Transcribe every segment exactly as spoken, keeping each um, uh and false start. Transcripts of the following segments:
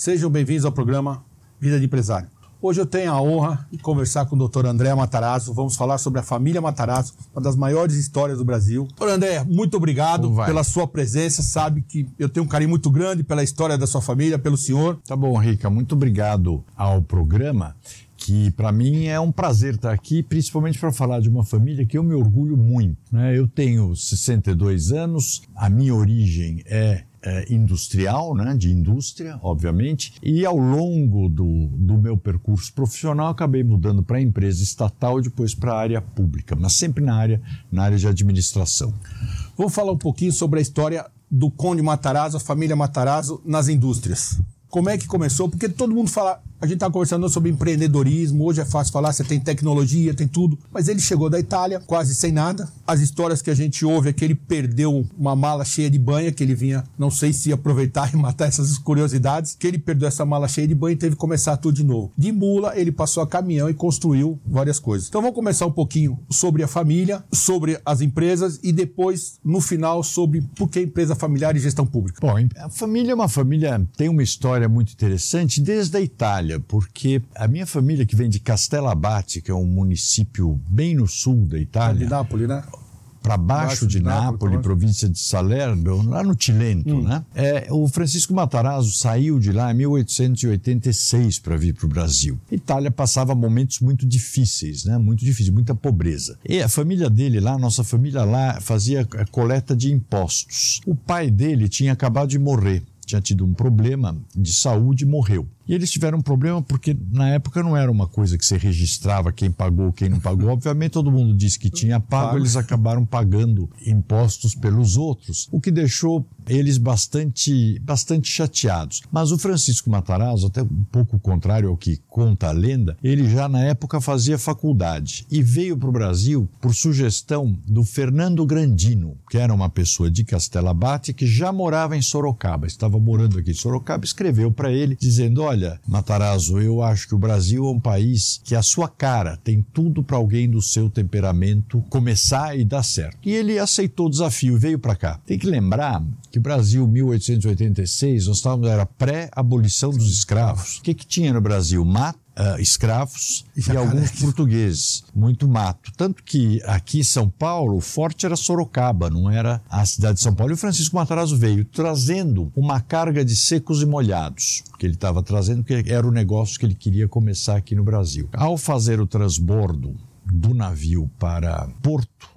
Sejam bem-vindos ao programa Vida de Empresário. Hoje eu tenho a honra de conversar com o doutor André Matarazzo. Vamos falar sobre a família Matarazzo, uma das maiores histórias do Brasil. Doutor André, muito obrigado pela sua presença. Sabe que eu tenho um carinho muito grande pela história da sua família, pelo senhor. Tá bom, Rica. Muito obrigado ao programa, que para mim é um prazer estar aqui, principalmente para falar de uma família que eu me orgulho muito, né? Eu tenho sessenta e dois anos, a minha origem é, é industrial, né? De indústria, obviamente, e ao longo do, do meu percurso profissional acabei mudando para a empresa estatal e depois para a área pública, mas sempre na área, na área de administração. Vamos falar um pouquinho sobre a história do Conde Matarazzo, a família Matarazzo nas indústrias. Como é que começou? Porque todo mundo fala, a gente está conversando sobre empreendedorismo, hoje é fácil falar, você tem tecnologia, tem tudo, mas ele chegou da Itália quase sem nada. As histórias que a gente ouve é que ele perdeu uma mala cheia de banha, que ele vinha, não sei se aproveitar e matar essas curiosidades, que ele perdeu essa mala cheia de banha e teve que começar tudo de novo. De mula, ele passou a caminhão e construiu várias coisas. Então vamos começar um pouquinho sobre a família, sobre as empresas e depois, no final, sobre por que empresa familiar e gestão pública. Bom, a família é uma família, tem uma história muito interessante desde a Itália, porque a minha família, que vem de Castellabate, que é um município bem no sul da Itália, de Nápoles, né? Para baixo de, de Nápoles, Nápoles província de Salerno, lá no Cilento, hum. né? É, o Francisco Matarazzo saiu de lá em mil oitocentos e oitenta e seis para vir para o Brasil. A Itália passava momentos muito difíceis, né? Muito difíceis, muita pobreza. E a família dele lá, nossa família lá, fazia a coleta de impostos. O pai dele tinha acabado de morrer. Tinha tido um problema de saúde e morreu. E eles tiveram um problema porque na época não era uma coisa que você registrava quem pagou, quem não pagou. Obviamente todo mundo disse que tinha pago, eles acabaram pagando impostos pelos outros, o que deixou eles bastante, bastante chateados. Mas o Francisco Matarazzo, até um pouco contrário ao que conta a lenda, ele já na época fazia faculdade e veio para o Brasil por sugestão do Fernando Grandino, que era uma pessoa de Castellabate que já morava em Sorocaba, estava morando aqui em Sorocaba, escreveu para ele dizendo: olha, Olha, Matarazzo, eu acho que o Brasil é um país que a sua cara tem tudo para alguém do seu temperamento começar e dar certo. E ele aceitou o desafio e veio para cá. Tem que lembrar que o Brasil, mil oitocentos e oitenta e seis, nós estávamos, era pré-abolição dos escravos. O que, que tinha no Brasil? Mato. Uh, escravos e, e alguns portugueses, muito mato. Tanto que aqui em São Paulo, o forte era Sorocaba, não era a cidade de São Paulo. E o Francisco Matarazzo veio trazendo uma carga de secos e molhados, que ele estava trazendo, que era o negócio que ele queria começar aqui no Brasil. Ao fazer o transbordo do navio para Porto,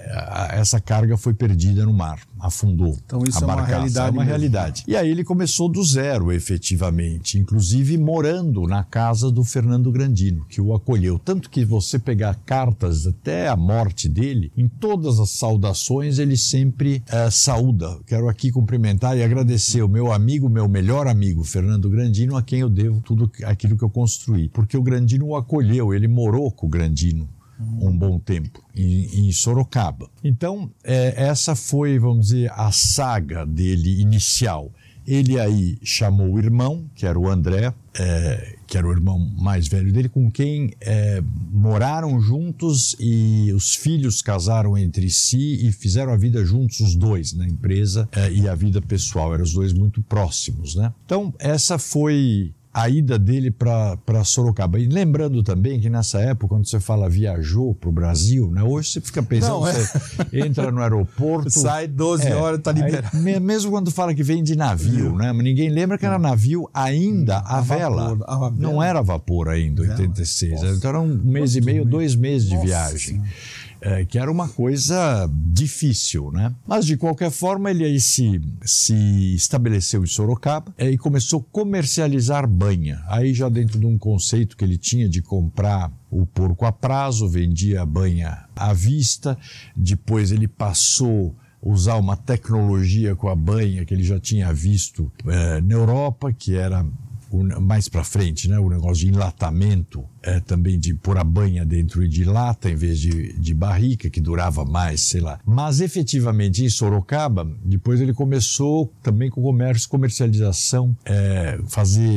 é, essa carga foi perdida no mar, afundou. Então isso a é uma realidade. É uma mesmo. realidade. E aí ele começou do zero, efetivamente, inclusive morando na casa do Fernando Grandino, que o acolheu. Tanto que você pegar cartas até a morte dele, em todas as saudações ele sempre é, saúda. Quero aqui cumprimentar e agradecer o meu amigo, meu melhor amigo, Fernando Grandino, a quem eu devo tudo aquilo que eu construí. Porque o Grandino o acolheu, ele morou com o Grandino um bom tempo, em, em Sorocaba. Então, é, essa foi, vamos dizer, a saga dele inicial. Ele aí chamou o irmão, que era o André, é, que era o irmão mais velho dele, com quem é, moraram juntos e os filhos casaram entre si e fizeram a vida juntos, os dois, na empresa é, e a vida pessoal. Eram os dois muito próximos, né? Então, essa foi a ida dele para Sorocaba. E lembrando também que nessa época, quando você fala viajou para o Brasil, né, hoje você fica pensando, não, é. Você entra no aeroporto... Sai doze é, horas, está liberado. Aí, mesmo quando fala que vem de navio, né, ninguém lembra que era navio ainda a, a vela. Vapor, a não era vapor ainda, em oitenta e seis. Nossa. Então era um mês e meio, dois meses de Nossa. viagem. É, que era uma coisa difícil, né? Mas, de qualquer forma, ele aí se, se estabeleceu em Sorocaba é, e começou a comercializar banha. Aí já dentro de um conceito que ele tinha de comprar o porco a prazo, vendia a banha à vista, depois ele passou a usar uma tecnologia com a banha que ele já tinha visto é, na Europa, que era... mais para frente, né? O negócio de enlatamento, é, também de pôr a banha dentro de lata em vez de, de barrica, que durava mais, sei lá. Mas efetivamente em Sorocaba, depois ele começou também com comércio, comercialização, é, fazer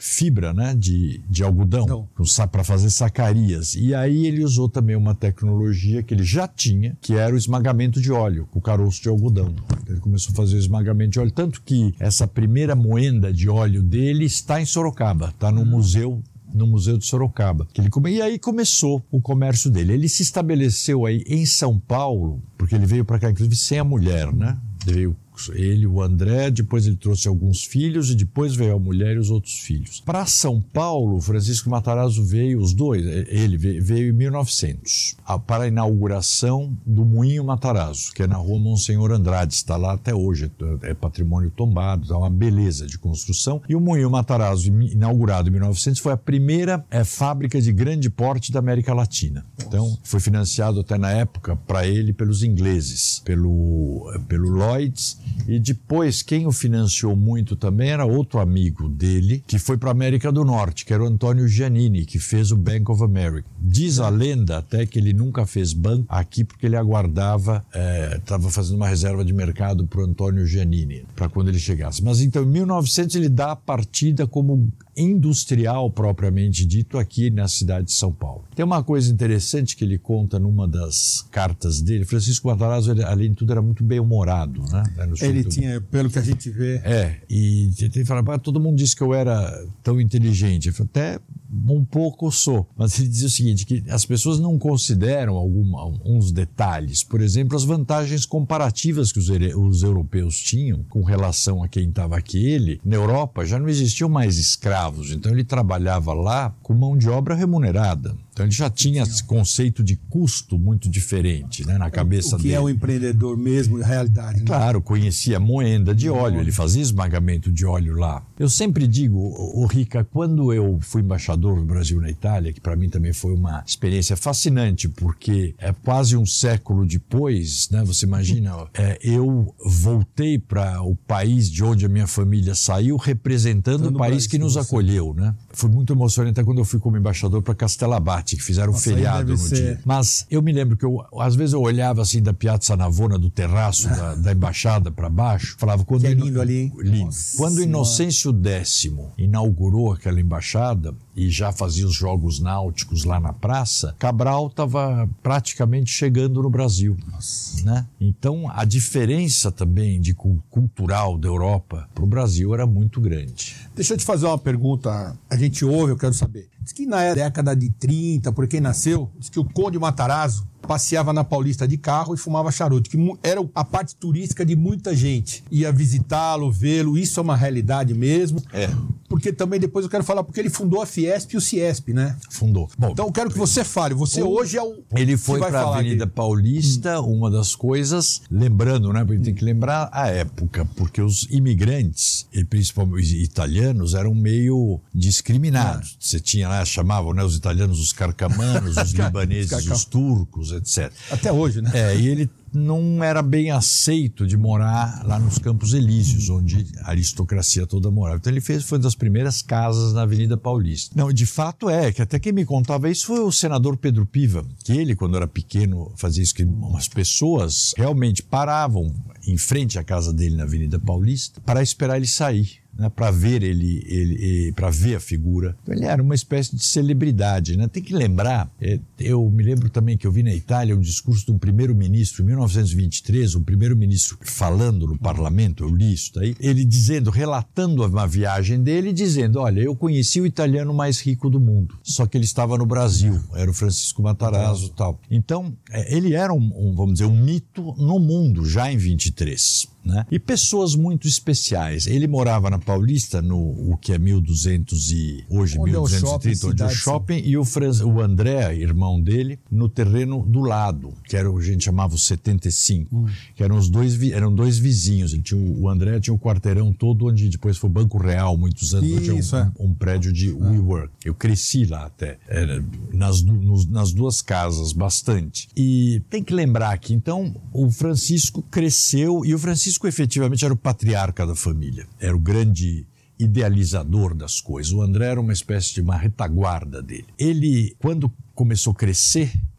fibra, né, de, de algodão para fazer sacarias. E aí ele usou também uma tecnologia que ele já tinha, que era o esmagamento de óleo, com o caroço de algodão. Então ele começou a fazer o esmagamento de óleo, tanto que essa primeira moenda de óleo dele está em Sorocaba, está no museu no Museu de Sorocaba. Que ele come... E aí começou o comércio dele. Ele se estabeleceu aí em São Paulo, porque ele veio para cá, inclusive, sem a mulher, né? Veio ele, o André, depois ele trouxe alguns filhos e depois veio a mulher e os outros filhos. Para São Paulo, Francisco Matarazzo veio, os dois, ele veio, veio em mil e novecentos, para a inauguração do Moinho Matarazzo, que é na rua Monsenhor Andrade, está lá até hoje, é patrimônio tombado, é uma beleza de construção. E o Moinho Matarazzo, inaugurado em mil e novecentos, foi a primeira é, fábrica de grande porte da América Latina. Então, foi financiado até na época, para ele, pelos ingleses, pelo, pelo Lloyds. E depois, quem o financiou muito também era outro amigo dele, que foi para a América do Norte, que era o Antônio Giannini, que fez o Bank of America. Diz a lenda até que ele nunca fez banco aqui porque ele aguardava, estava é, fazendo uma reserva de mercado para o Antônio Giannini, para quando ele chegasse. Mas então, em mil e novecentos, ele dá a partida como industrial, propriamente dito, aqui na cidade de São Paulo. Tem uma coisa interessante que ele conta numa das cartas dele. Francisco Matarazzo, ele, além de tudo, era muito bem-humorado, né? Ele tinha, pelo que a gente vê... É, e ele falava, todo mundo disse que eu era tão inteligente. Eu falei, até um pouco sou. Mas ele dizia o seguinte, que as pessoas não consideram alguma, uns detalhes. Por exemplo, as vantagens comparativas que os, os europeus tinham com relação a quem estava aqui. Ele, na Europa, já não existiam mais escravos. Então, ele trabalhava lá com mão de obra remunerada. Então, ele já tinha esse conceito de custo muito diferente, né, na cabeça dele. O que dele. é o empreendedor mesmo, na realidade. Né? Claro, conhecia moenda de óleo, ele fazia esmagamento de óleo lá. Eu sempre digo, o Rica, quando eu fui embaixador do Brasil na Itália, que para mim também foi uma experiência fascinante, porque é quase um século depois, né, você imagina, é, eu voltei para o país de onde a minha família saiu, representando o país que nos acolheu, né? Foi muito emocionante até quando eu fui como embaixador para Castellabate, que fizeram um Nossa, feriado no ser... dia. Mas eu me lembro que eu, às vezes eu olhava assim da Piazza Navona, do terraço da, da embaixada para baixo, falava... Quando que é lindo ali, hein? Lindo. Quando Inocêncio décimo inaugurou aquela embaixada e já fazia os jogos náuticos lá na praça, Cabral estava praticamente chegando no Brasil. Né? Então, a diferença também de cultural da Europa para o Brasil era muito grande. Deixa eu te fazer uma pergunta. A gente ouve, eu quero saber. Diz que na década de trinta, por quem nasceu, diz que o Conde Matarazzo passeava na Paulista de carro e fumava charuto, que era a parte turística de muita gente. Ia visitá-lo, vê-lo, isso é uma realidade mesmo. É. Porque também depois eu quero falar, porque ele fundou a Fiesp e o Ciesp, né? Fundou. Bom, então eu quero que você fale, você hoje é o... Ele foi para a Avenida aqui. Paulista, hum. uma das coisas, lembrando, né, porque a gente tem que lembrar a época, porque os imigrantes, e principalmente os italianos, eram meio discriminados. É. Você tinha lá, chamavam, né, os italianos os carcamanos, os libaneses os turcos, etcétera. Até hoje, né? É, e ele não era bem aceito de morar lá nos Campos Elíseos, onde a aristocracia toda morava. Então ele fez, foi uma das primeiras casas na Avenida Paulista. Não, de fato é, que até quem me contava isso foi o senador Pedro Piva, que ele, quando era pequeno, fazia isso, que umas pessoas realmente paravam em frente à casa dele na Avenida Paulista para esperar ele sair. Né, para ver ele, ele para ver a figura. Então, ele era uma espécie de celebridade, né? Tem que lembrar, é, eu me lembro também que eu vi na Itália um discurso de um primeiro-ministro em mil novecentos e vinte e três, um primeiro-ministro falando no parlamento, eu li isso daí, ele dizendo, relatando uma viagem dele, dizendo, olha, eu conheci o italiano mais rico do mundo, só que ele estava no Brasil, era o Francisco Matarazzo e tal. Então, é, ele era um, um, vamos dizer, um mito no mundo, já em vinte e três. Né? E pessoas muito especiais. Ele morava na Paulista, no o que é mil e duzentos e hoje onde mil duzentos e trinta, é onde é o shopping, sim. E o, Franz, o André, irmão dele, no terreno do lado, que era o que a gente chamava o setenta e cinco, hum. que eram os dois, eram dois vizinhos. Ele tinha, o André tinha o quarteirão todo, onde depois foi o Banco Real, muitos anos, onde Isso, é um, é. um prédio de WeWork. Eu cresci lá até, era, nas, nos, nas duas casas, bastante. E tem que lembrar que, então, o Francisco cresceu, e o Francisco efetivamente era o patriarca da família, era o grande idealizador das coisas. O André era uma espécie de uma retaguarda dele. Ele, quando começou a crescer,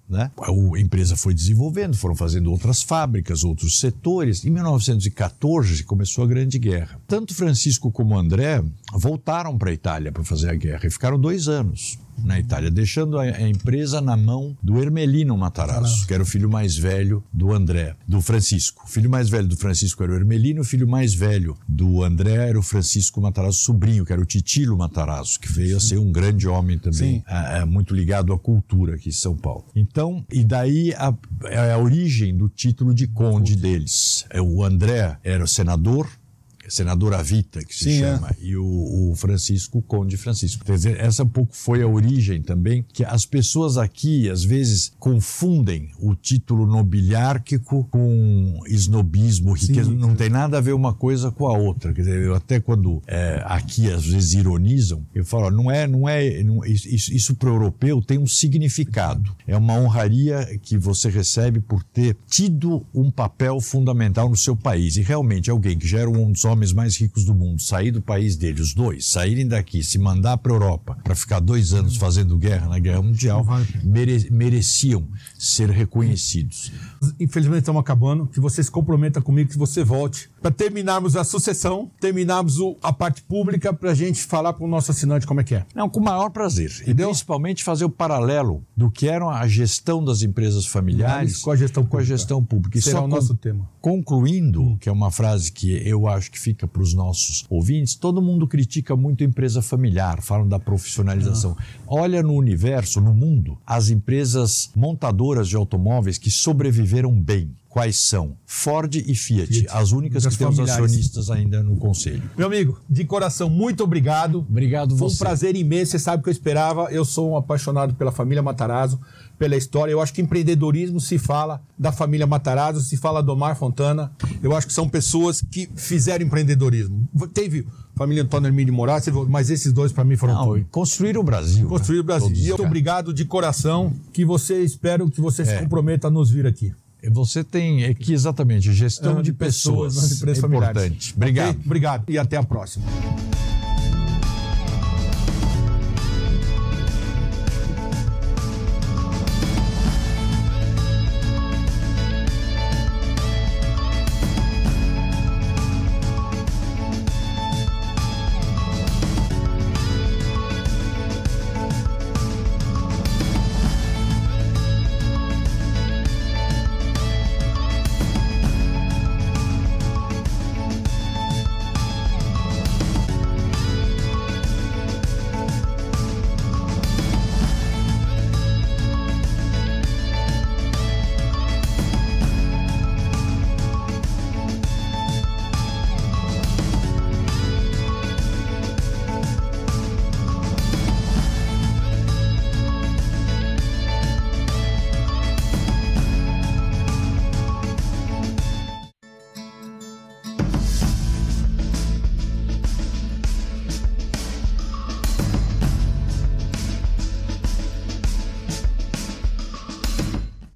né? A empresa foi desenvolvendo, foram fazendo outras fábricas, outros setores. Em mil novecentos e quatorze começou a Grande Guerra. Tanto Francisco como André voltaram para a Itália para fazer a guerra e ficaram dois anos na Itália, deixando a, a empresa na mão do Ermelino Matarazzo, que era o filho mais velho do André, do Francisco. O filho mais velho do Francisco era o Ermelino, o filho mais velho do André era o Francisco Matarazzo sobrinho, que era o Titilo Matarazzo, que veio Sim. a ser um grande homem também, a, a, muito ligado à cultura aqui em São Paulo. Então, e daí a, a, a origem do título de conde deles. O André era o senador, senador Avita, que se Sim, chama, é. e o, o Francisco, o Conde Francisco. Quer dizer, essa um pouco foi a origem também, que as pessoas aqui, às vezes, confundem o título nobiliárquico com esnobismo, riqueza. Sim, não tem nada a ver uma coisa com a outra. Quer dizer, eu até quando é, aqui, às vezes, ironizam, eu falo, ó, não é, não é, não, isso, isso para o europeu tem um significado. É uma honraria que você recebe por ter tido um papel fundamental no seu país. E realmente, alguém que já era um dos homens mais ricos do mundo, sair do país dele, os dois, saírem daqui, se mandar para a Europa para ficar dois anos fazendo guerra na Guerra Mundial, mere, mereciam ser reconhecidos. Infelizmente estamos acabando, que você se comprometa comigo, que você volte, para terminarmos a sucessão, terminarmos o, a parte pública, para a gente falar para o nosso assinante como é que é. Não, com o maior prazer. Entendeu? E principalmente fazer o paralelo do que era a gestão das empresas familiares com a gestão com a gestão pública. E será só o nosso tema. Concluindo, hum. que é uma frase que eu acho que fica para os nossos ouvintes, todo mundo critica muito a empresa familiar, falam da profissionalização. Ah. Olha no universo, no mundo, as empresas montadoras de automóveis que sobreviveram bem. Quais são? Ford e Fiat, Fiat. As únicas que têm os acionistas ainda no conselho. Meu amigo, de coração, muito obrigado. Obrigado Foi você. Foi um prazer imenso, você sabe o que eu esperava. Eu sou um apaixonado pela família Matarazzo, pela história. Eu acho que empreendedorismo se fala da família Matarazzo, se fala do Omar Fontana. Eu acho que são pessoas que fizeram empreendedorismo. Teve família Antônio Hermínio de Moraes, mas esses dois para mim foram Não, tudo. Construir o Brasil. Construir o Brasil. Todos E eu muito obrigado de coração, que você, espero que você é. se comprometa a nos vir aqui. Você tem aqui exatamente gestão é, de, de pessoas, pessoas é importante. Obrigado. Okay? Obrigado e até a próxima.